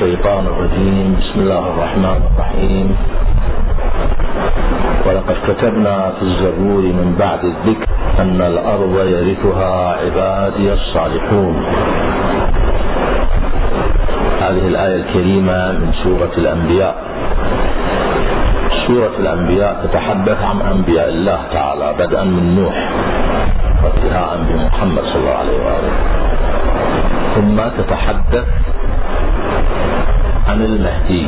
الشيطان الرجيم. بسم الله الرحمن الرحيم. ولقد كتبنا في الزبور من بعد الذكر أن الأرض يرثها عبادي الصالحون. هذه الآية الكريمة من سورة الأنبياء. سورة الأنبياء تتحدث عن أنبياء الله تعالى بدءا من نوح وانتهاء بمحمد صلى الله عليه وآله، ثم تتحدث عن المهدي،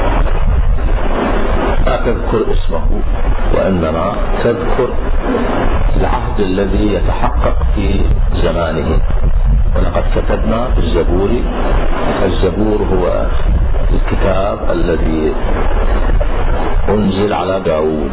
لا تذكر اسمه وإنما تذكر العهد الذي يتحقق في زمانه. ولقد كتبنا في الزبور. الزبور هو الكتاب الذي أنزل على داود،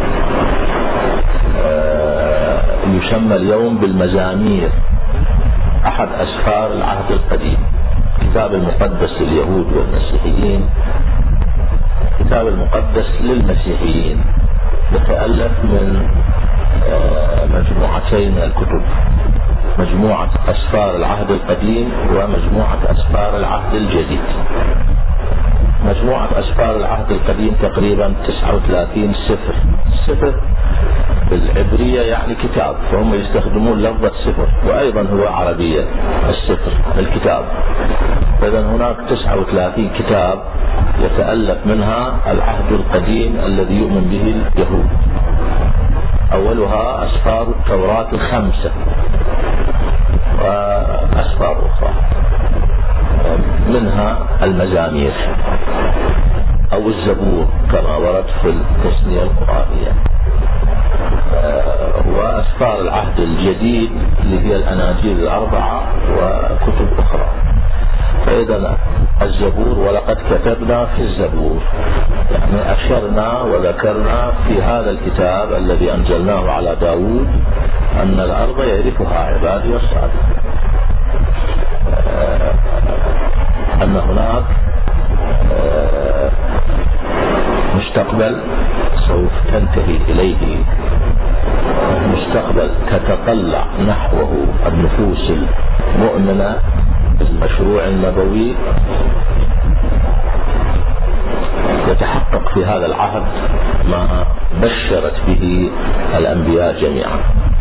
يسمى اليوم بالمزامير، أحد أسفار العهد القديم، كتاب المقدس لليهود والمسيحيين، كتاب المقدس للمسيحيين، يتألف من مجموعتين من الكتب، مجموعة أسفار العهد القديم ومجموعة أسفار العهد الجديد. مجموعة أسفار العهد القديم تقريبا 39 سفر. سفر بالعبرية يعني كتاب، فهم يستخدمون لفظة سفر، وأيضا هو عربية السفر الكتاب. إذن هناك 39 كتاب يتألف منها العهد القديم الذي يؤمن به اليهود. أولها أسفار التوراة 5 وأسفار أخرى، منها المزامير أو الزبور كما ورد في التسمية القرآنية، وأسفار العهد الجديد اللي هي الأناجيل 4 وكتب أخرى. فإذا الزبور، ولقد كتبنا في الزبور، يعني أشرنا وذكرنا في هذا الكتاب الذي أنزلناه على داود أن الأرض يرثها عبادي الصالحون، أن هناك مستقبل سوف تنتهي إليه، مستقبل تتطلع نحوه النفوس المؤمنة بالمشروع النبوي، يتحقق في هذا العهد ما بشرت به الأنبياء جميعا.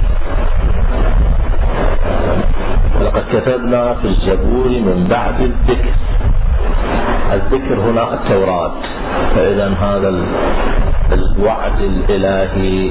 ولقد كتبنا في الزبور من بعد الذكر. الذكر هنا التوراة. فإذا هذا الوعد الإلهي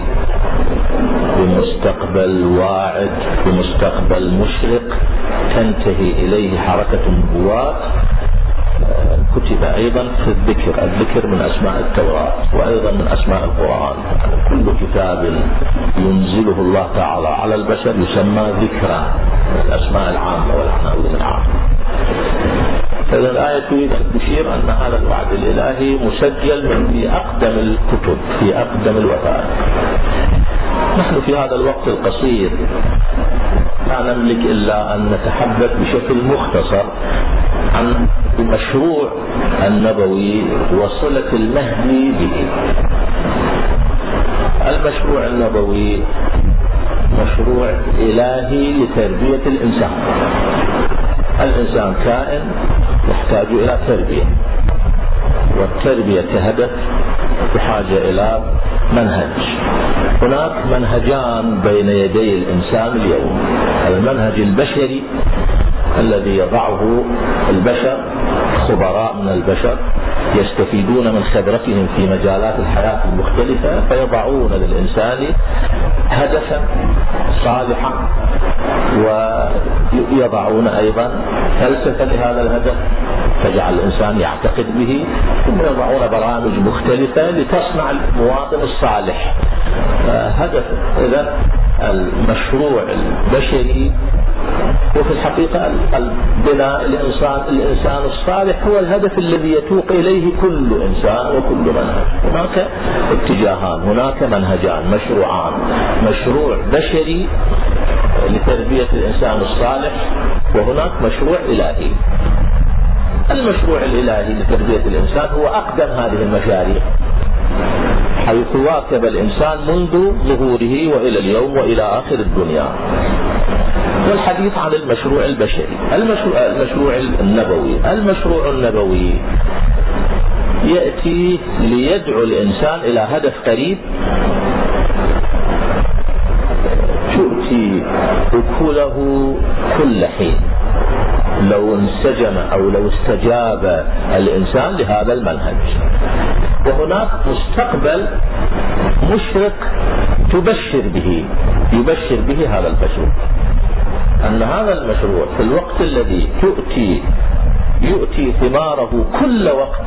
بمستقبل واعد، بمستقبل مشرق تنتهي إليه حركة النبوات، كتب أيضا في الذكر. الذكر من أسماء التوراة وأيضا من أسماء القرآن. كل كتاب ينزله الله تعالى على البشر يسمى ذكرى، من الأسماء العامة والعناوين العامة. فإذا الآية تريد أن تشير أن هذا الوعد الإلهي مسجل في أقدم الكتب، في أقدم الوثائق. نحن في هذا الوقت القصير لا نملك إلا أن نتحدث بشكل مختصر عن المشروع النبوي وصلة المهدي به. المشروع النبوي مشروع إلهي لتربية الإنسان. الإنسان كائن يحتاج إلى تربية، والتربية كهدف بحاجة إلى منهج. هناك منهجان بين يدي الإنسان اليوم: المنهج البشري الذي يضعه البشر، خبراء من البشر يستفيدون من خبرتهم في مجالات الحياة المختلفة، فيضعون للإنسان هدفا صالحا، ويضعون أيضا فلسفة لهذا الهدف تجعل الإنسان يعتقد به، ثم يضعون برامج مختلفة لتصنع المواطن الصالح. هدف إذا المشروع البشري وفي الحقيقة البناء الإنسان الصالح هو الهدف الذي يتوق إليه كل إنسان وكل منهج. هناك اتجاهان، هناك منهجان، مشروعان: مشروع بشري لتربية الإنسان الصالح، وهناك مشروع إلهي. المشروع الإلهي لتربية الإنسان هو أقدم هذه المشاريع، حيث واكب الإنسان منذ ظهوره وإلى اليوم وإلى آخر الدنيا. والحديث عن المشروع البشري. المشروع النبوي. المشروع النبوي يأتي ليدعو الإنسان إلى هدف قريب تؤتي أكله كل حين لو انسجم أو لو استجاب الإنسان لهذا المنهج. وهناك مستقبل مشرق يبشر به هذا المشروع، أن هذا المشروع في الوقت الذي يؤتي ثماره كل وقت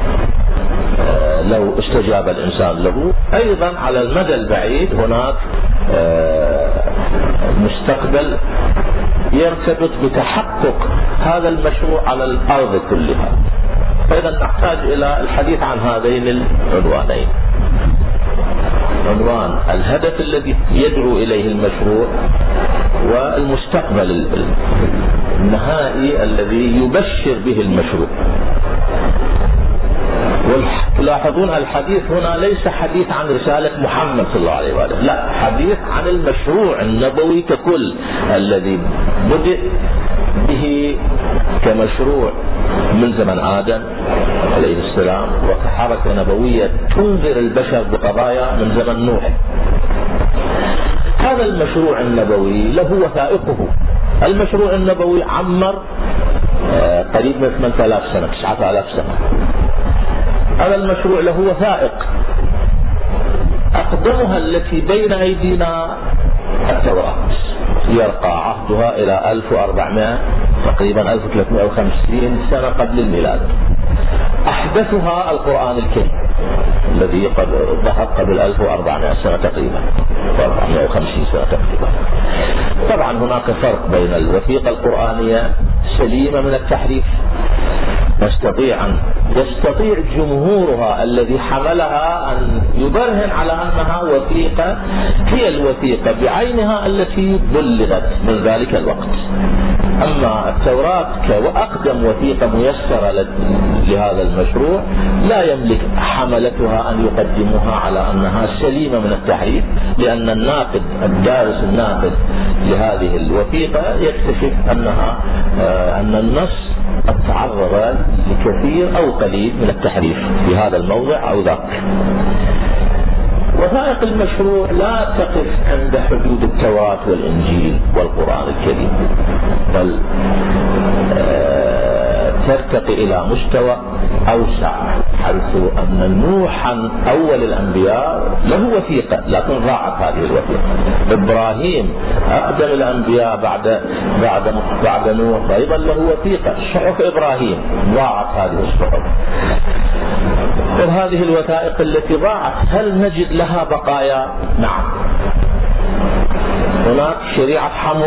لو استجاب الإنسان له، أيضا على المدى البعيد هناك مستقبل يرتبط بتحقق هذا المشروع على الأرض كلها. فإذا نحتاج إلى الحديث عن هذين العنوانين: عنوان الهدف الذي يدعو إليه المشروع، والمستقبل النهائي الذي يبشر به المشروع. وتلاحظون الحديث هنا ليس حديث عن رسالة محمد صلى الله عليه وآله، لا، حديث عن المشروع النبوي ككل الذي بدأ به كمشروع من زمن آدم عليه السلام، وكحركة نبوية تنذر البشر بقضايا من زمن نوح. هذا المشروع النبوي له وثائقه. المشروع النبوي عمر قريب من 8000 سنة 9000 سنة. هذا المشروع له وثائق، أقدمها التي بين أيدينا التوراة، يرقى عهدها إلى 1400 تقريبا 1350 سنة قبل الميلاد. أحدثها القرآن الكريم الذي ظهر قبل 1400 سنة تقريبا، 450 سنة تقريبا. طبعا هناك فرق بين الوثيقة القرآنية سليمة من التحريف، يستطيع جمهورها الذي حملها أن يبرهن على أنها وثيقة هي الوثيقة بعينها التي بلغت من ذلك الوقت. أما التوراة كأقدم وثيقة ميسرة لهذا المشروع لا يملك حملتها أن يقدموها على أنها سليمة من التحريف، لأن الناقد الدارس الناقد لهذه الوثيقة يكتشف أن النص تعرض لكثير أو قليل من التحريف في هذا الموضع أو ذاك. وثائق المشروع لا تقف عند حدود التوراة والإنجيل والقرآن الكريم، بل ترتقي إلى مستوى أوسع، حيث أن نوحا أول الأنبياء له وثيقة لكن ضاعت هذه الوثيقة. إبراهيم أقدم الأنبياء بعد نوح أيضا له وثيقة، صحف إبراهيم، ضاعت هذه الصحف. وهذه الوثائق التي ضاعت هل نجد لها بقايا؟ نعم. هناك شريعة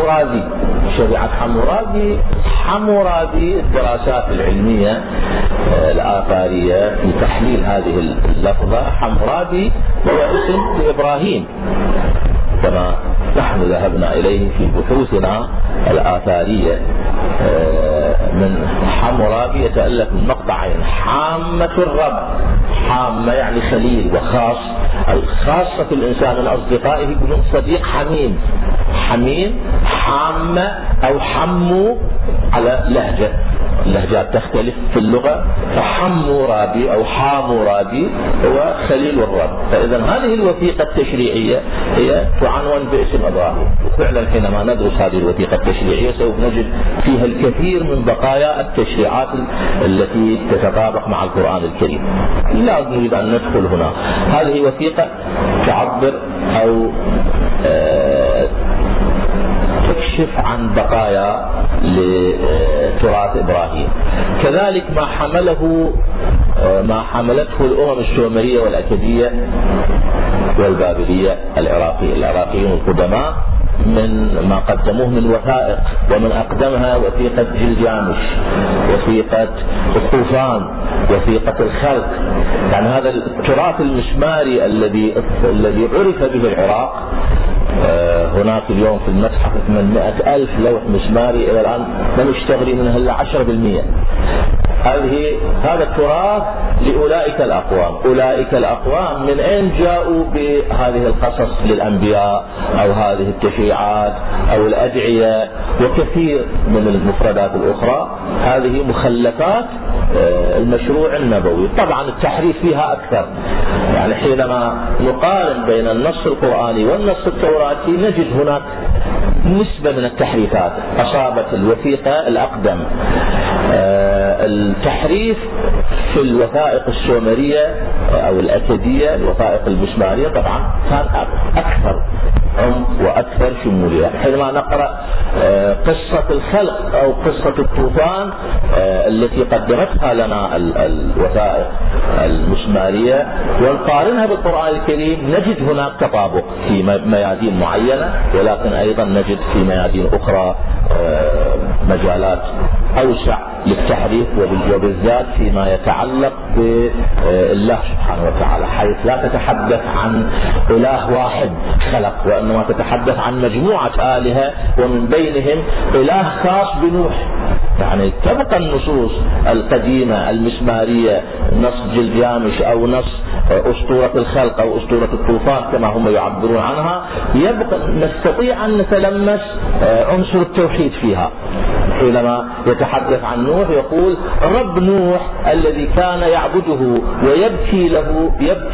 حمورابي الدراسات العلمية الآثارية في تحليل هذه اللفظة. حمورابي هو اسم لإبراهيم كما نحن ذهبنا إليه في بحوثنا الآثارية. من حمورابي يتألف من مقطعين: حامة الرب، حامة يعني خليل، وخاص الخاصة في الإنسان من أصدقائه يقولون صديق حميم، حامة أو حمو على اللهجات تختلف في اللغة، فحمورابي أو حامورابي هو خليل الرب. فإذا هذه الوثيقة التشريعية هي تعنون باسم إبراهيم. وفعلا حينما ندرس هذه الوثيقة التشريعية سوف نجد فيها الكثير من بقايا التشريعات التي تتطابق مع القرآن الكريم. لا نريد أن ندخل هنا. هذه وثيقة تعبر أو تكشف عن بقايا لتراث إبراهيم. كذلك ما حملته الأمم السومرية والأكدية والبابلية العراقيين القدماء من ما قدموه من وثائق، ومن أقدمها وثيقة جلجامش، وثيقة الطوفان، وثيقة الخلق. يعني هذا التراث المسماري الذي عرف به العراق. هناك اليوم في المتحف 800,000 لوح مسماري، إلى الآن ما نشتغل منها إلا 10%. هذا التراث لأولئك الأقوام. أولئك الأقوام من أين جاءوا بهذه القصص للأنبياء أو هذه التشريعات أو الأدعية وكثير من المفردات الأخرى؟ هذه مخلفات المشروع النبوي. طبعا التحريف فيها أكثر، يعني حينما نقارن بين النص القرآني والنص التوراتي نجد هناك نسبة من التحريفات أصابت الوثيقة الأقدم. التحريف في الوثائق السومرية أو الأكدية، الوثائق المسمارية طبعا كان أكثر عمق وأكثر شمولية. حينما نقرأ قصة الخلق أو قصة الطوفان التي قدمتها لنا الوثائق المسمارية ونقارنها بالقرآن الكريم نجد هناك تطابق في ميادين معينة، ولكن أيضا نجد في ميادين أخرى مجالات أوسع للتحريف، وبالذات فيما يتعلق بالله سبحانه وتعالى، حيث لا تتحدث عن إله واحد خلق، وإنما تتحدث عن مجموعة آلهة ومن بينهم إله خاص بنوح. يعني تبقى النصوص القديمة المسمارية، نص جلجامش أو نص أسطورة الخلق أو أسطورة الطوفان كما هم يعبرون عنها، يبقى نستطيع أن نتلمس عنصر التوحيد فيها. حينما يتحدث عن نوح يقول رب نوح الذي كان يعبده ويبكي له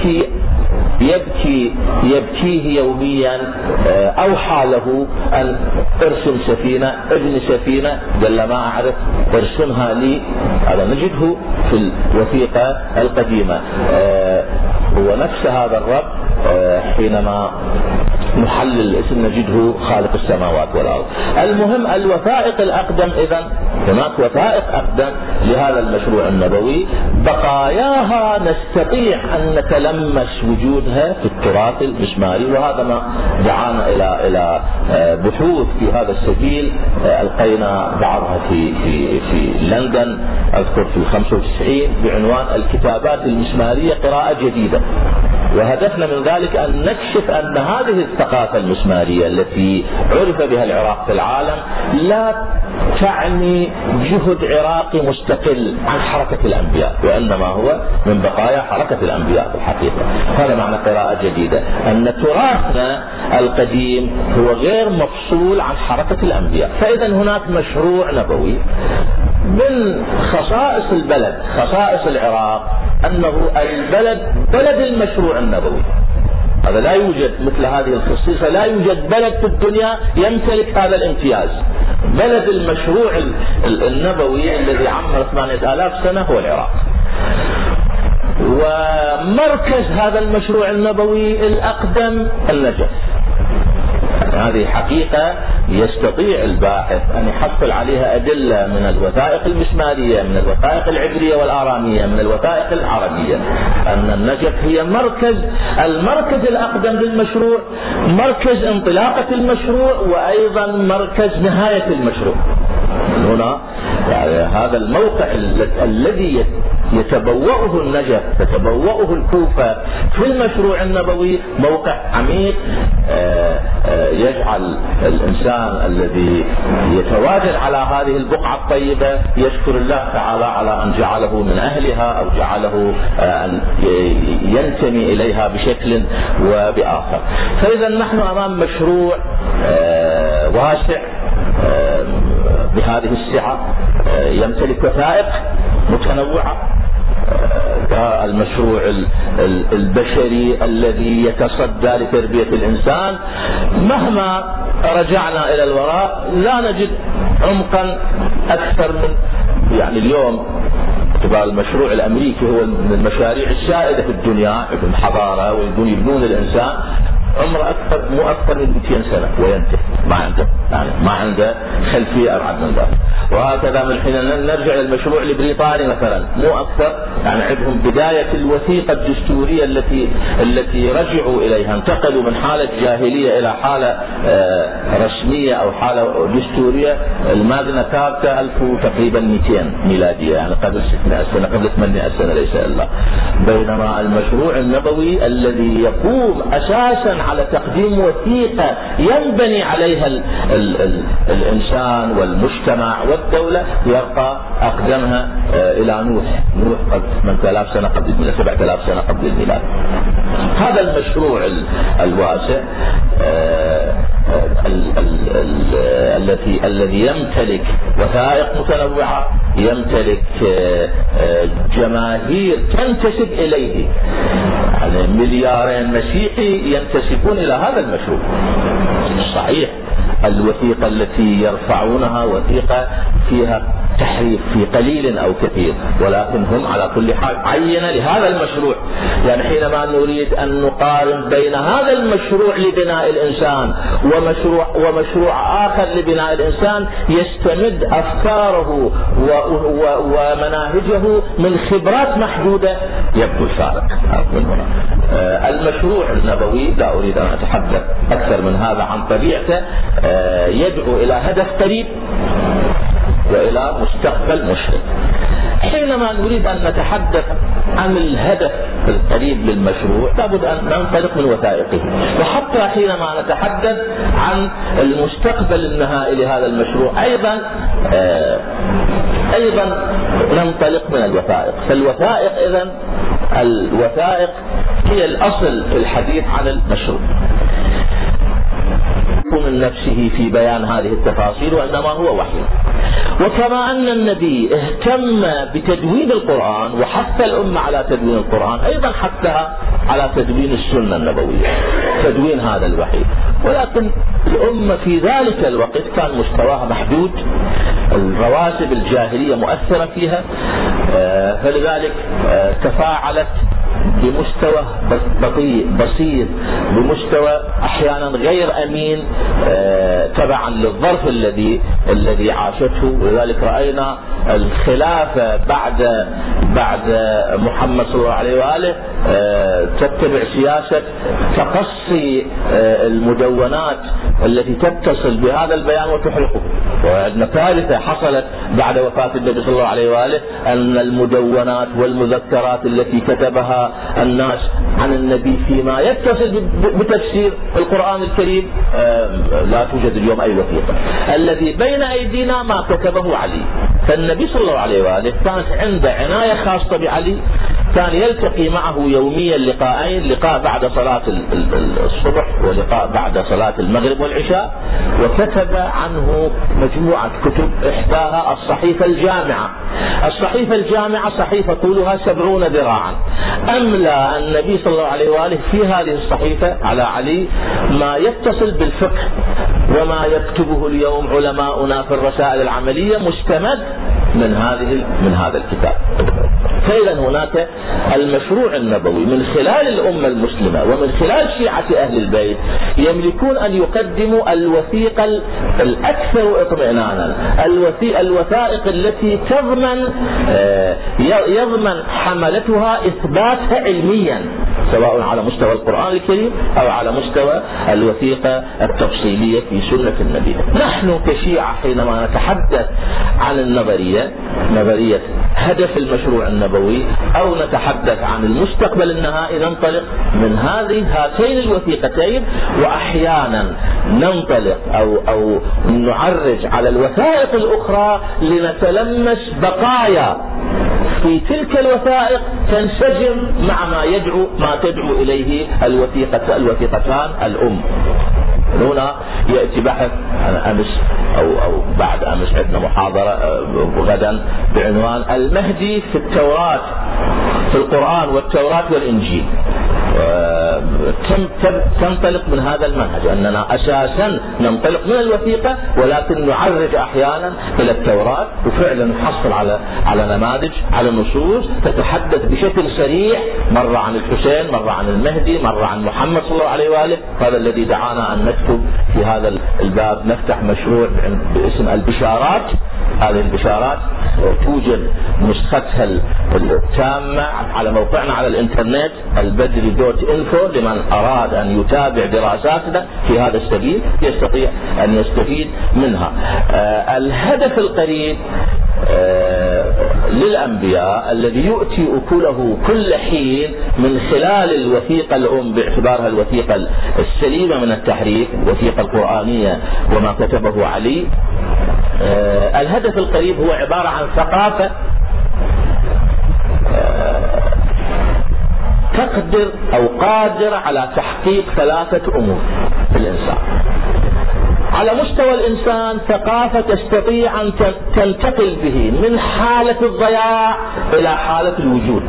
يبكيه يوميا، أوحى له أن ارسم سفينة، ابن سفينة، قال ما أعرف ارسمها لي. هذا نجده في الوثيقة القديمة. هو نفس هذا الرب حينما محلل الاسم نجده خالق السماوات والأرض. المهم الوثائق الأقدم، إذن هناك وثائق أقدم لهذا المشروع النبوي بقاياها نستطيع أن نتلمس وجودها في التراث المسماري، وهذا ما دعانا إلى بحوث في هذا السبيل. ألقينا بعضها في لندن أذكر في 95 بعنوان الكتابات المسمارية قراءة جديدة، وهدفنا من ذلك أن نكشف أن هذه الثقافة المسمارية التي عرف بها العراق في العالم لا تعني جهد عراقي مستقل عن حركة الأنبياء، وإنما هو من بقايا حركة الأنبياء في الحقيقة. هذا معنى قراءة جديدة، أن تراثنا القديم هو غير مفصول عن حركة الأنبياء. فإذا هناك مشروع نبوي. من خصائص البلد، خصائص العراق، أنه البلد بلد المشروع النبوي. هذا لا يوجد مثل هذه الخصيصة، لا يوجد بلد في الدنيا يمتلك هذا الامتياز. بلد المشروع النبوي الذي عمر 8000 سنة هو العراق، ومركز هذا المشروع النبوي الأقدم النجف. هذه حقيقة يستطيع الباحث أن يحصل عليها أدلة من الوثائق المسمارية، من الوثائق العبرية والآرامية، من الوثائق العربية، أن النجف هي المركز الأقدم للمشروع، مركز انطلاقة المشروع، وأيضا مركز نهاية المشروع. هنا يعني هذا الموقع الذي يتبوأه النجف، تتبوأه الكوفة في المشروع النبوي، موقع عميق يجعل الإنسان الذي يتواجد على هذه البقعة الطيبة يشكر الله تعالى على أن جعله من أهلها أو جعله أن ينتمي إليها بشكل وبآخر. فإذا نحن أمام مشروع واسع بهذه السعة، يمتلك وثائق متنوعة. المشروع البشري الذي يتصدى لتربية الإنسان، مهما رجعنا إلى الوراء لا نجد عمقا أكثر من يعني اليوم اعتبار المشروع الأمريكي هو من المشاريع السائدة في الدنيا في الحضارة، ويبنون الإنسان عمره مو أكثر من 200 سنة وينتهي، ما عنده خلفية أبعد من ذلك. وهكذا من حين نرجع للمشروع البريطاني مثلا مو أكثر، يعني عندهم بداية الوثيقة الدستورية التي رجعوا إليها، انتقلوا من حالة جاهلية إلى حالة رسمية أو حالة دستورية. الماغنا كارتا 1200 ميلادية، يعني قبل 600 سنة، قبل 800 سنة ليس إلا. بينما المشروع النبوي الذي يقوم أساسا على تقديم تقديم وثيقة ينبني عليها الإنسان والمجتمع والدولة، يرقى أقدمها إلى نوح قد 8000 سنة قبل الميلاد، 7000 سنة قبل الميلاد. هذا المشروع الواسع الذي يمتلك وثائق متنوعة، يمتلك جماهير تنتسب إليه، يعني مليارين مسيحي ينتسبون إلى هذا المشروع. صحيح الوثيقة التي يرفعونها وثيقة فيها تحريف في قليل أو كثير، ولكن هم على كل حال عينة لهذا المشروع. يعني حينما نريد أن نقارن بين هذا المشروع لبناء الإنسان ومشروع آخر لبناء الإنسان، يستمد أفكاره ومناهجه من خبرات محدودة، يبدو الفارق من هنا. المشروع النبوي لا أريد أن أتحدث أكثر من هذا عن طبيعته، يدعو إلى هدف قريب وإلى مستقبل مشرق. حينما نريد أن نتحدث عن الهدف القريب للمشروع لابد أن ننطلق من وثائقه، وحتى حينما نتحدث عن المستقبل النهائي لهذا المشروع أيضا ننطلق من الوثائق. فالوثائق إذن الوثائق هي الأصل في الحديث عن المشروع من نفسه في بيان هذه التفاصيل، وإنما هو وحي. وكما أن النبي اهتم بتدوين القرآن وحث الأمة على تدوين القرآن، أيضا حثها على تدوين السنة النبوية، تدوين هذا الوحي. ولكن الأمة في ذلك الوقت كان مستواها محدود، الرواسب الجاهلية مؤثرة فيها، فلذلك تفاعلت بمستوى بطيء بسيط، بمستوى أحيانا غير أمين، تبعا للظرف الذي عاشته. ولذلك رأينا الخلافة بعد محمد صلى الله عليه وآله تتبع سياسة تقصي المدونات التي تتصل بهذا البيان وتحرقه. وعندنا ثالثة حصلت بعد وفاة النبي صلى الله عليه وآله، أن المدونات والمذكرات التي كتبها الناس عن النبي فيما يتصل بتفسير القرآن الكريم لا توجد اليوم أي وثيقة. الذي بين أيدينا ما كتبه علي. فالنبي صلى الله عليه وآله كانت عنده عناية خاصة بعلي، كان يلتقي معه يوميا لقاءين، لقاء بعد صلاة الصبح ولقاء بعد صلاة المغرب والعشاء، وكتب عنه مجموعة كتب، إحداها الصحيفة الجامعة. الصحيفة الجامعة صحيفة طولها 70 ذراعا، أملى النبي صلى الله عليه وآله في هذه الصحيفة على علي ما يتصل بالفقه وما يكتبه اليوم علماؤنا في الرسائل العملية مستمد من هذا الكتاب. فإذا هناك المشروع النبوي من خلال الأمة المسلمة ومن خلال شيعة أهل البيت يملكون أن يقدموا الوثيقة الأكثر اطمئنانا، الوثائق التي يضمن حملتها إثباتها علميا، سواء على مستوى القرآن الكريم أو على مستوى الوثيقة التفصيلية في سنة النبي. نحن كشيعة حينما نتحدث عن نظرية هدف المشروع النبوي أو نتحدث عن المستقبل النهائي، ننطلق من هاتين الوثيقتين، وأحيانا ننطلق أو نعرج على الوثائق الأخرى لنتلمس بقايا في تلك الوثائق تنسجم مع ما تدعو إليه الوثيقتان الأم. هنا يأتي بحث أمس أو بعد أمس عندنا محاضرة غدا بعنوان المهدي في التوراة، في القرآن والتوراة والإنجيل. تنطلق من هذا المنهج أننا أساسا ننطلق من الوثيقة، ولكن نعرج أحيانا إلى التوراة، وفعلا نحصل على نماذج، على نصوص تتحدث بشكل صريح، مرة عن الحسين، مرة عن المهدي، مرة عن محمد صلى الله عليه وآله. هذا الذي دعانا أن نكتب في هذا الباب، نفتح مشروع باسم البشارات. هذه البشارات توجد نسختها التامة على موقعنا على الانترنت البدري.info، لمن أراد أن يتابع دراساتنا في هذا السبيل يستطيع أن يستفيد منها. الهدف القريب للأنبياء الذي يؤتي أكله كل حين من خلال الوثيقة الأم باعتبارها الوثيقة السليمة من التحريف، الوثيقة القرآنية وما كتبه علي. الهدف القريب هو عبارة عن ثقافة تقدر أو قادرة على تحقيق 3 أمور في الإنسان. على مستوى الإنسان ثقافة تستطيع أن تنتقل به من حالة الضياع إلى حالة الوجود.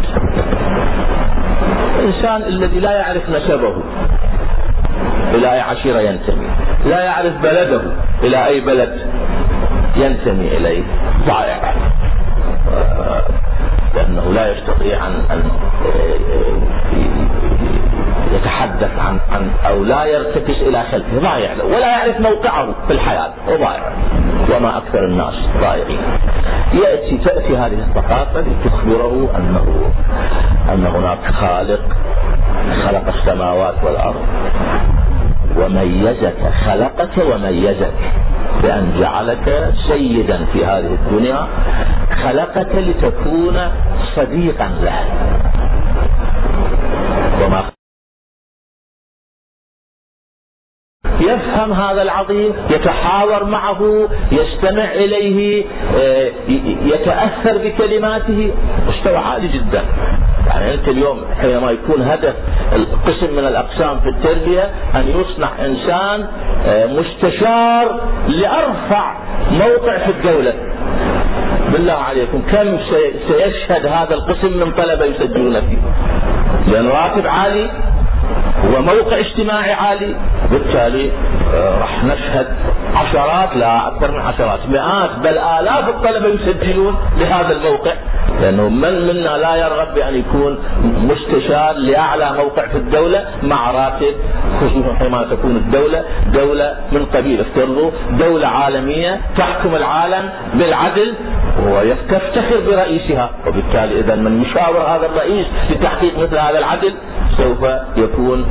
الإنسان الذي لا يعرف نسبه إلى أي عشيرة ينتمي، لا يعرف بلده إلى أي بلد ينتمي إليه، ضائع، لأنه لا يستطيع أن يتحدث عن أو لا يرتكز إلى خلفه، ضائع، ولا يعرف موقعه في الحياة، وضائع، وما أكثر الناس ضائعين. تأتي هذه الثقافة لتخبره أن هناك خالق خلق السماوات والأرض وميزك، خلقك وميزك بأن جعلك سيدا في هذه الدنيا، خلقك لتكون صديقا له. وما يفهم هذا العظيم، يتحاور معه، يستمع إليه، يتأثر بكلماته، مستوى عالي جدا. يعني أنت اليوم حينما يكون هدف قسم من الأقسام في التربية أن يصنع إنسان مستشار لأرفع موقع في الدولة، بالله عليكم كم سيشهد هذا القسم من طلبة يسجلون فيه؟ لأن راتب عالي وموقع اجتماعي عالي، بالتالي راح نشهد عشرات، لا أكثر من عشرات، مئات بل آلاف الطلبة يسجلون لهذا الموقع، لأنه من منا لا يرغب بأن يكون مستشار لأعلى موقع في الدولة مع راتب، خصوصا حينما تكون الدولة دولة من قبيل، افترضوا دولة عالمية تحكم العالم بالعدل ويفتخر برئيسها، وبالتالي إذا من يشاور هذا الرئيس لتحقيق مثل هذا العدل سوف يكون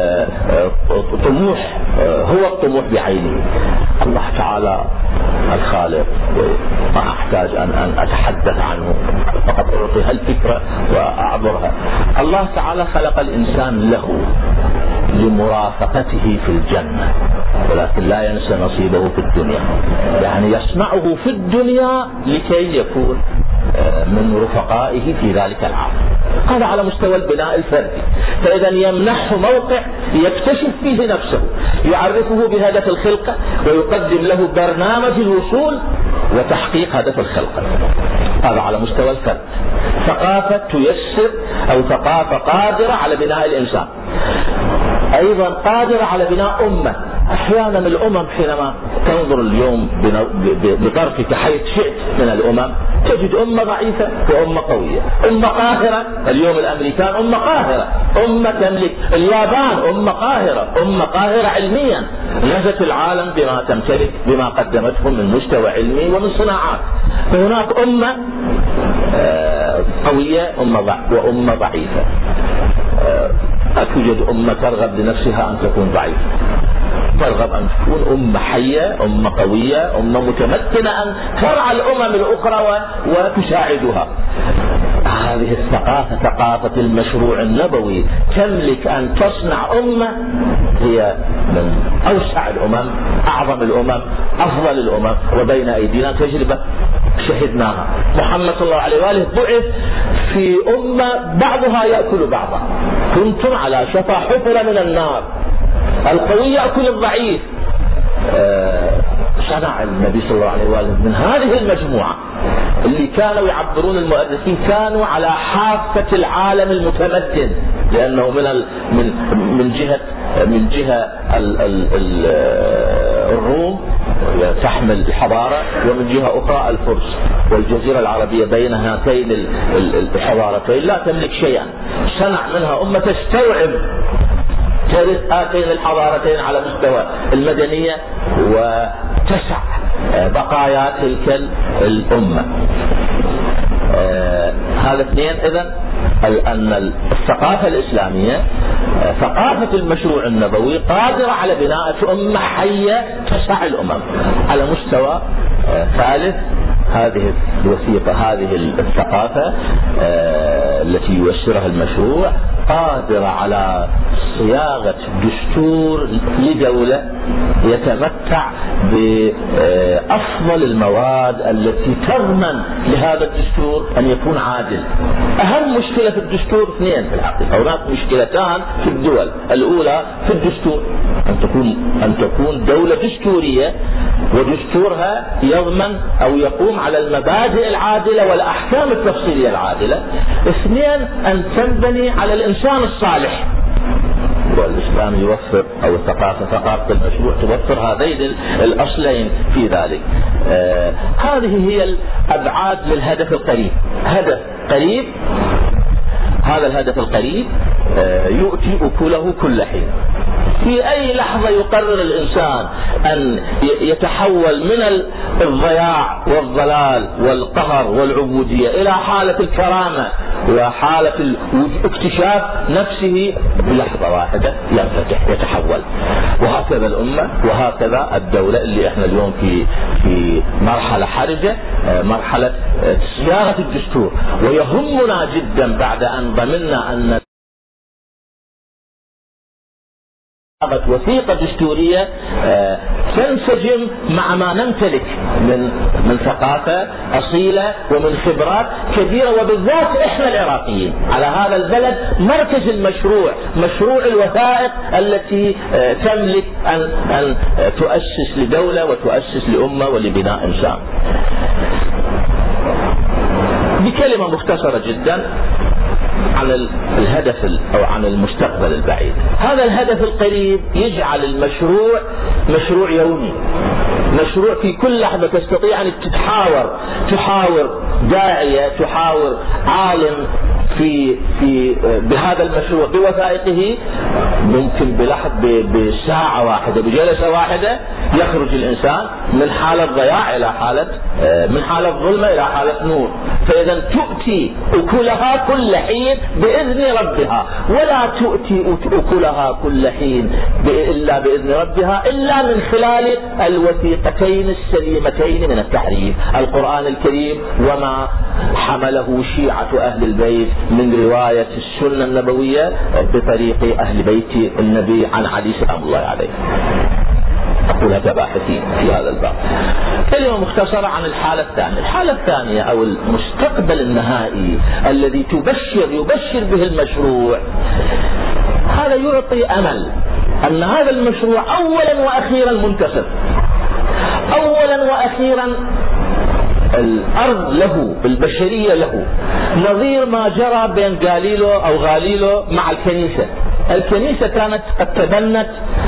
طموح، هو الطموح بعينه. الله تعالى الخالق، ما أحتاج أن أتحدث عنه، فقط أعطيها الفكرة وأعبرها. الله تعالى خلق الإنسان له لمرافقته في الجنة، ولكن لا ينسى نصيبه في الدنيا، يعني يصنعه في الدنيا لكي يكون من رفقائه في ذلك العالم. هذا على مستوى البناء الفردي. فإذا يمنحه موقع يكتشف فيه نفسه، يعرفه بهدف الخلقة، ويقدم له برنامج الوصول وتحقيق هدف الخلقة. هذا على مستوى الفرد. ثقافة تيسر أو ثقافة قادرة على بناء الإنسان، أيضا قادرة على بناء أمة. أحيانا الأمم حينما تنظر اليوم بطرفك حيث شئت من الأمم تجد أمة ضعيفة وأمة قوية، أمة قاهرة. اليوم الأمريكان أمة قاهرة، أمة تملك. اليابان أمة قاهرة، أمة قاهرة علميا، نهزت العالم بما تمتلك، بما قدمته من مستوى علمي ومن صناعات. فهناك أمة قوية وأمة ضعيفة. لا توجد أمة ترغب لنفسها أن تكون ضعيفة، ترغب أن تكون أمة حية، أمة قوية، أمة متمكنة أن ترعى الأمم الأخرى وتساعدها. هذه الثقافة، ثقافة المشروع النبوي، تملك أن تصنع أمة هي من أوسع الأمم، أعظم الأمم، أفضل الأمم، وبين أيدينا تجربة شهدناها. محمد صلى الله عليه وآله بعث في أمة بعضها يأكل بعضا، كنتم على شفا حفرة من النار، القوي يأكل الضعيف. صنع النبي صلى الله عليه وآله من هذه المجموعة اللي كانوا يعبرون المؤرخين كانوا على حافة العالم المتمدن، لأنه من جهة الروم تحمل الحضارة، ومن جهة أخرى الفرس، والجزيرة العربية بين هاتين الحضارتين لا تملك شيئا. صنع منها أمة تستوعب ترث هاتين الحضارتين على مستوى المدنية وتسع بقايا تلك الأمة. هذا اثنين. إذن أن الثقافة الإسلامية ثقافة المشروع النبوي قادرة على بناء أمة حية تسع الأمم. على مستوى ثالث هذه الوثيقة، هذه الثقافة التي يوسرها المشروع قادرة على صياغة دستور لدولة يتمتع بأفضل المواد التي تضمن لهذا الدستور أن يكون عادل. أهم مشكلة في الدستور اثنين في الحقيقة، هناك مشكلتان في الدول. الأولى في الدستور أن تكون دولة دستورية ودستورها يضمن أو يقوم على المبادئ العادلة والأحكام التفصيلية العادلة. اثنين أن تنبني على الإنسان الصالح، والإسلام يوفر أو ثقافة المشروع توفر هذين الأصلين في ذلك. هذه هي الأبعاد للهدف القريب. هدف قريب، هذا الهدف القريب يؤتي أكله كل حين. في أي لحظة يقرر الإنسان أن يتحول من الضياع والضلال والقهر والعبودية إلى حالة الكرامة وحالة اكتشاف نفسه، بلحظة واحدة ينفتح يتحول. وهكذا الأمة وهكذا الدولة اللي احنا اليوم في مرحلة حرجة، مرحلة صياغة الدستور. ويهمنا جدا بعد أن ضمننا أن وثيقة دستورية تنسجم مع ما نمتلك من ثقافة أصيلة ومن خبرات كبيرة، وبالذات إحنا العراقيين على هذا البلد مركز المشروع، مشروع الوثائق التي تملك أن تؤسس لدولة وتؤسس لأمة ولبناء إنسان. بكلمة مختصرة جدا عن الهدف أو عن المستقبل البعيد. هذا الهدف القريب يجعل المشروع مشروع يومي، مشروع في كل لحظة تستطيع أن تحاور داعية، تحاور عالم بهذا المشروع بوثائقه. ممكن بساعة واحدة بجلسة واحدة يخرج الإنسان من حالة ضياع إلى حالة من حالة ظلمة إلى حالة نور. فإذا تؤتي أكلها كل حين بإذن ربها، ولا تؤتي أكلها كل حين إلا بإذن ربها إلا من خلال الوثيقتين السليمتين من التحريف، القرآن الكريم وما حمله شيعة أهل البيت من رواية السنة النبوية بطريق أهل بيت النبي عن علي سلام الله عليه. أقولها كباحثين في هذا الباب. كلمة مختصرة عن الحالة الثانية. الحالة الثانية أو المستقبل النهائي الذي يبشر به المشروع، هذا يعطي أمل أن هذا المشروع أولا وأخيرا منتصر. أولا وأخيرا الأرض له، البشرية له، نظير ما جرى بين غاليلو مع الكنيسة. الكنيسة كانت قد تبنت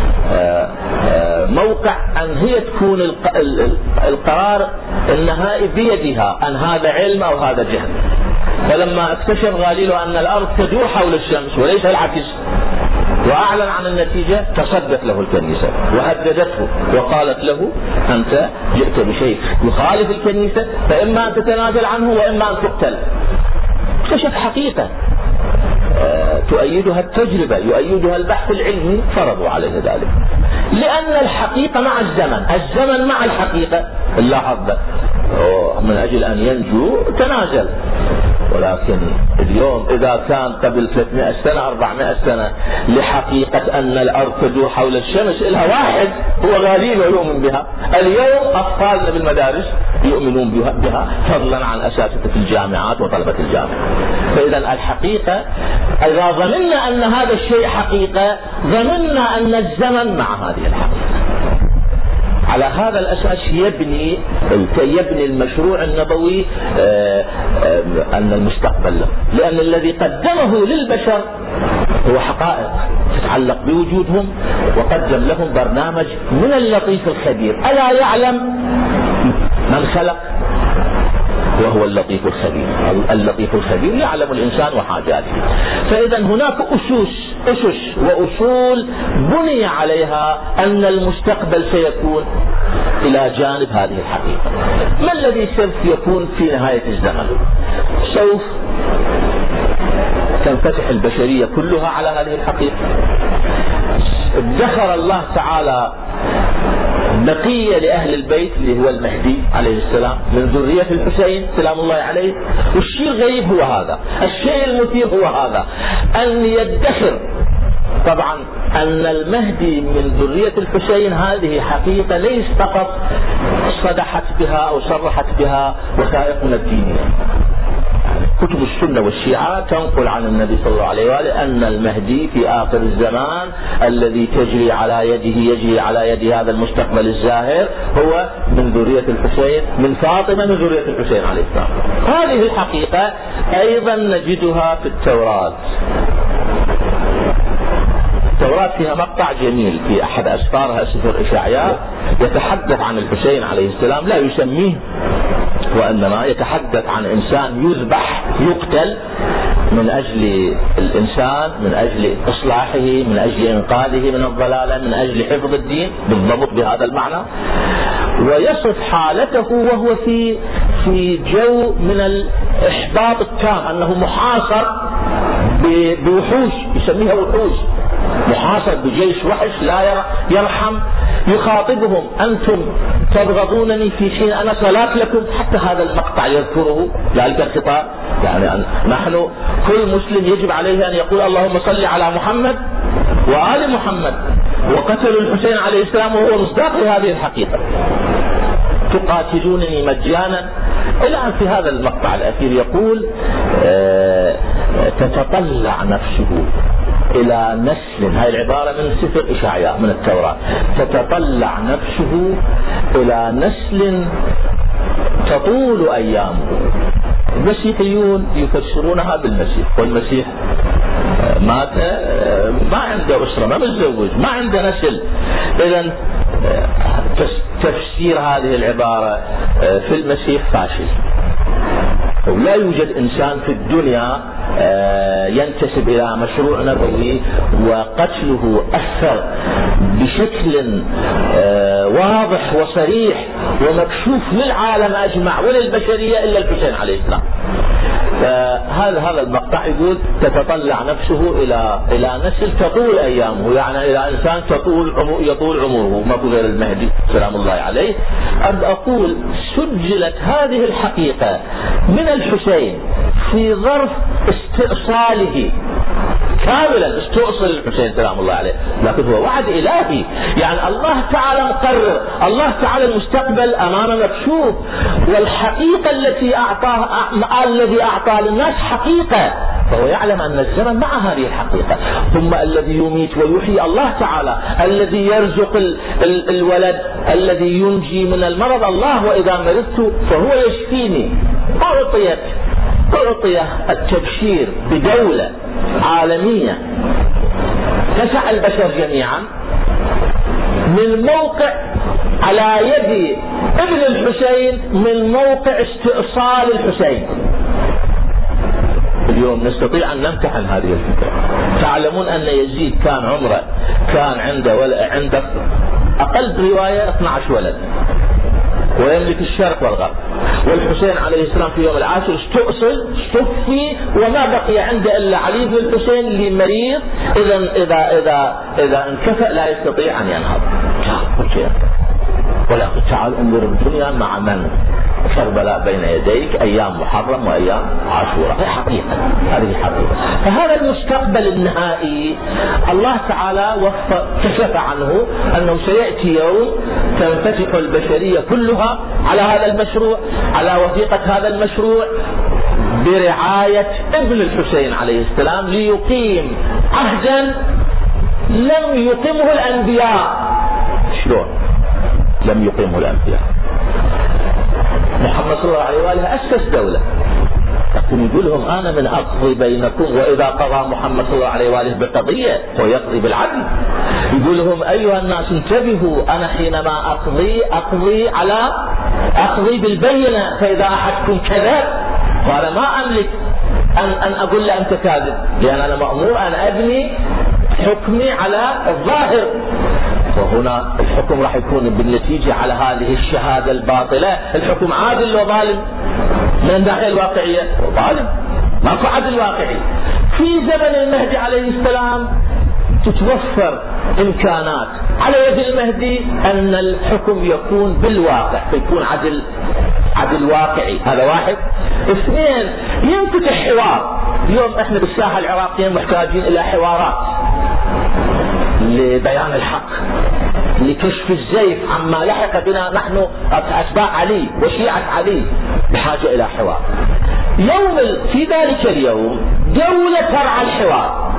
موقع أن هي تكون القرار النهائي بيدها، أن هذا علم أو هذا جهل. فلما اكتشف غاليلو أن الأرض تدور حول الشمس وليس العكس، وأعلن عن النتيجة، تصدت له الكنيسة وهددته وقالت له أنت جئت بشيء يخالف الكنيسة، فإما أن تتنازل عنه وإما أن تقتل. اكتشف حقيقة تؤيدها التجربة، يؤيدها البحث العلمي، فرضوا عليه ذلك. لأن الحقيقة مع الزمن مع الحقيقة. اللاحظ من أجل أن ينجو تنازل. ولكن اليوم إذا كان قبل 300 سنة 400 سنة لحقيقة أن الأرض تدور حول الشمس إلها واحد هو غاليلو يؤمن بها، اليوم أطفالنا بالمدارس يؤمنون بها، فضلا عن أساتذة الجامعات وطلبة الجامعة. فإذا الحقيقة إذا ظننا أن هذا الشيء حقيقة، ظننا أن الزمن مع هذه الحقيقة. على هذا الأساس يبني المشروع النبوي أن المستقبل له، لأن الذي قدمه للبشر هو حقائق تتعلق بوجودهم، وقدم لهم برنامج من اللطيف الخبير. ألا يعلم من خلق وهو اللطيف الخبير. اللطيف الخبير يعلم الإنسان وحاجاته. فإذا هناك أسس وأصول بني عليها أن المستقبل سيكون إلى جانب هذه الحقيقة. ما الذي سوف يكون في نهاية الزمن؟ سوف تنفتح البشرية كلها على هذه الحقيقة. ادخر الله تعالى بقية لأهل البيت اللي هو المهدي عليه السلام من ذرية الحسين سلام الله عليه. والشيء الغريب هو هذا، الشيء المثير هو هذا، أن يدخر طبعا أن المهدي من ذرية الحسين هذه حقيقة ليس فقط صدحت بها أو صرحت بها وثائقنا الدينية. كتب السنة والشيعة تنقل عن النبي صلى الله عليه وآله أن المهدي في آخر الزمان الذي يجري على يد هذا المستقبل الزاهر هو من ذرية الحسين، من فاطمة من ذرية الحسين عليه السلام. هذه الحقيقة أيضا نجدها في التوراة. التوراة فيها مقطع جميل في أحد أسفارها سفر إشعياء يتحدث عن الحسين عليه السلام، لا يسميه وإنما يتحدث عن إنسان يذبح يقتل من أجل الإنسان، من أجل إصلاحه، من أجل إنقاذه من الضلالة، من أجل حفظ الدين بالضبط بهذا المعنى. ويصف حالته وهو في جو من الإحباط التام، أنه محاصر بوحوش يسميها وحوش، محاصر بجيش وحش لا يرحم. يخاطبهم أنتم تبغضونني في حين أنا صلاة لكم. حتى هذا المقطع يذكره ذلك الخطاب، يعني نحن كل مسلم يجب عليه أن يقول اللهم صل على محمد وآل محمد، وقتلوا الحسين عليه السلام وهو مصداق هذه الحقيقة. تقاتلونني مجانا إلى أن في هذا المقطع الأخير يقول تتطلع نفسه إلى نسل، هاي العبارة من سفر إشعياء من التوراة، تتطلع نفسه إلى نسل تطول أيامه. المسيحيون يفسرونها بالمسيح، والمسيح مات ما عنده أسرة، ما متزوج، ما عنده نسل. إذن تفسير هذه العبارة في المسيح فاشل. ولا يوجد إنسان في الدنيا ينتسب إلى مشروع نبوي وقتله أثر بشكل واضح وصريح ومكشوف للعالم أجمع وللبشرية إلا الحسين عليه السلام. هذا المقطع يقول تتطلع نفسه إلى نسل تطول أيامه، يعني إلى إنسان يطول عمره، ما غير المهدي سلام الله عليه. أقول سجلت هذه الحقيقة من الحسين في ظرف استئصاله كاملا، استؤصل الحسين سلام الله عليه، لكن هو وعد إلهي. يعني الله تعالى مقرر، الله تعالى المستقبل أمامنا مكشوف، والحقيقة التي الذي أعطى للناس حقيقة، فهو يعلم أن الزمن مع هذه الحقيقة. ثم الذي يميت ويحيي الله تعالى، الذي يرزق الولد، الذي ينجي من المرض الله، وإذا مرضت فهو يشفيني. أعطي التبشير بدولة عالمية تسع البشر جميعا من موقع على يد ابن الحسين، من موقع استئصال الحسين. اليوم نستطيع أن نمتحن هذه الفكرة. تعلمون أن يزيد كان عنده أقل رواية 12 ولد، ويملك الشرق والغرب. والحسين عليه السلام في يوم العاشر استؤصل، استفي، وما بقي عنده إلا علي بن الحسين اللي مريض، إذا انكفأ لا يستطيع أن ينهض. ولكن تعال انظر الدنيا مع من؟ كربلاء بين يديك، أيام محرم وأيام عاشوراء. هذه حقيقة. فهذا المستقبل النهائي الله تعالى كشف عنه أنه سيأتي يوم تنفتح البشرية كلها على هذا المشروع، على وثيقة هذا المشروع، برعاية ابن الحسين عليه السلام، ليقيم عهدا لم يقمه الأنبياء. شلون لم يقيمه الأنبياء؟ محمد صلى الله عليه وآله أسس دولة، لكن يقول لهم أنا من أقضي بينكم، وإذا قضى محمد صلى الله عليه وآله بقضية ويقضي بالعدل. يقول لهم أيها الناس انتبهوا، أنا حينما أقضي بالبينة، فإذا أحدكم كذب فأنا ما أملك أن أقول له أنت كاذب، لأن أنا مأمور أن أبني حكمي على الظاهر. وهنا الحكم راح يكون بالنتيجة على هذه الشهادة الباطلة. الحكم عادل وظالم من الناحية الواقعية، ظالم، ماكو عدل واقعي. في زمن المهدي عليه السلام تتوفر إمكانات على يد المهدي أن الحكم يكون بالواقع، يكون عدل واقعي. هذا واحد. اثنين، ينفتح حوار. اليوم احنا بالساحة العراقية محتاجين الى حوارات لبيان الحق، لكشف الزيف عما لحق بنا نحن أتباع علي وشيعة علي، بحاجة إلى حوار. في ذلك اليوم دولة ترعى الحوار،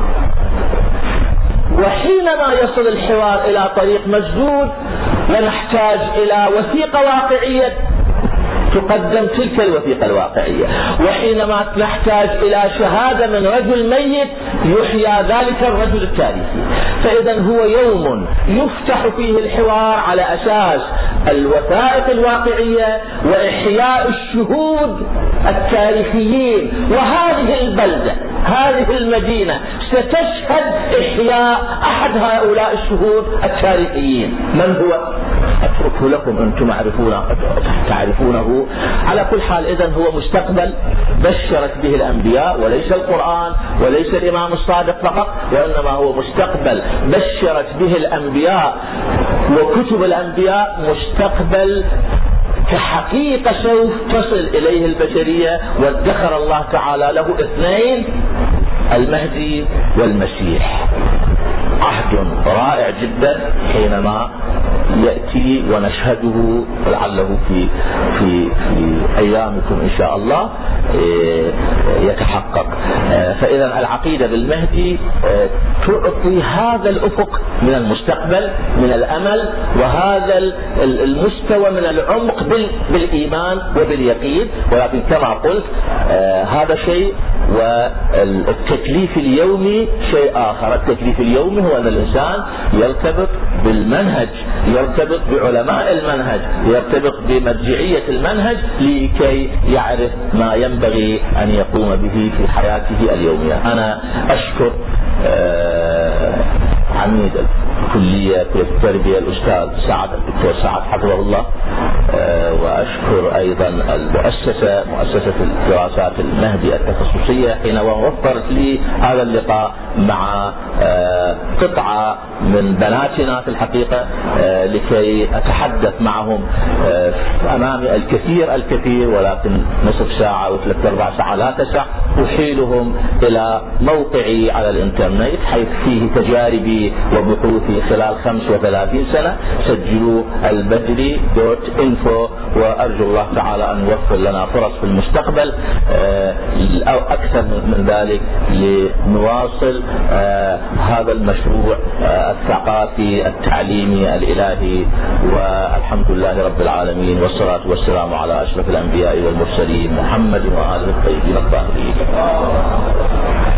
وحينما يصل الحوار إلى طريق مسدود ونحتاج إلى وثيقة واقعية تقدم تلك الوثيقة الواقعية، وحينما نحتاج إلى شهادة من رجل ميت يحيى ذلك الرجل التاريخي. فإذا هو يوم يفتح فيه الحوار على أساس الوثائق الواقعية وإحياء الشهود التاريخيين. وهذه البلدة، هذه المدينة ستشهد إحياء أحد هؤلاء الشهود التاريخيين. من هو؟ أتركه لكم، أنتم تعرفونه. على كل حال إذن هو مستقبل بشرت به الأنبياء، وليس القرآن وليس الإمام الصادق فقط، وإنما هو مستقبل بشرت به الأنبياء وكتب الأنبياء، مستقبل كحقيقة سوف تصل إليه البشرية. وادخر الله تعالى له اثنين، المهدي والمسيح. عهد رائع جدا حينما يأتي ونشهده لعله في أيامكم إن شاء الله يتحقق. فإذا العقيدة بالمهدي تعطي هذا الأفق من المستقبل، من الأمل، وهذا المستوى من العمق بالإيمان وباليقين. ولكن كما قلت هذا شيء، والتكليف اليومي شيء آخر. التكليف اليومي هو أن الإنسان يرتبط بالمنهج، يرتبط بعلماء المنهج، يرتبط بمرجعية المنهج لكي يعرف ما ينبغي أن يقوم به في حياته اليومية. أنا أشكر عميد الكلية التربية الأستاذ الدكتور سعد حفظه الله، وأشكر أيضا مؤسسة الدراسات المهدي التخصصية حينما وفرت لي هذا اللقاء مع قطعة من بناتنا في الحقيقة لكي أتحدث معهم. أمامي الكثير ولكن نصف ساعة وثلاث أربع ساعة لا تسع. أحيلهم إلى موقعي على الإنترنت حيث فيه تجاربي وبحوثي خلال 35 سنة. سجلوا البدري.info، وأرجو الله تعالى أن يوفر لنا فرص في المستقبل أو أكثر من ذلك لنواصل هذا المشروع الثقافي التعليمي الإلهي. والحمد لله رب العالمين، والصلاة والسلام على أشرف الأنبياء والمرسلين محمد وآله الطيبين الطاهرين.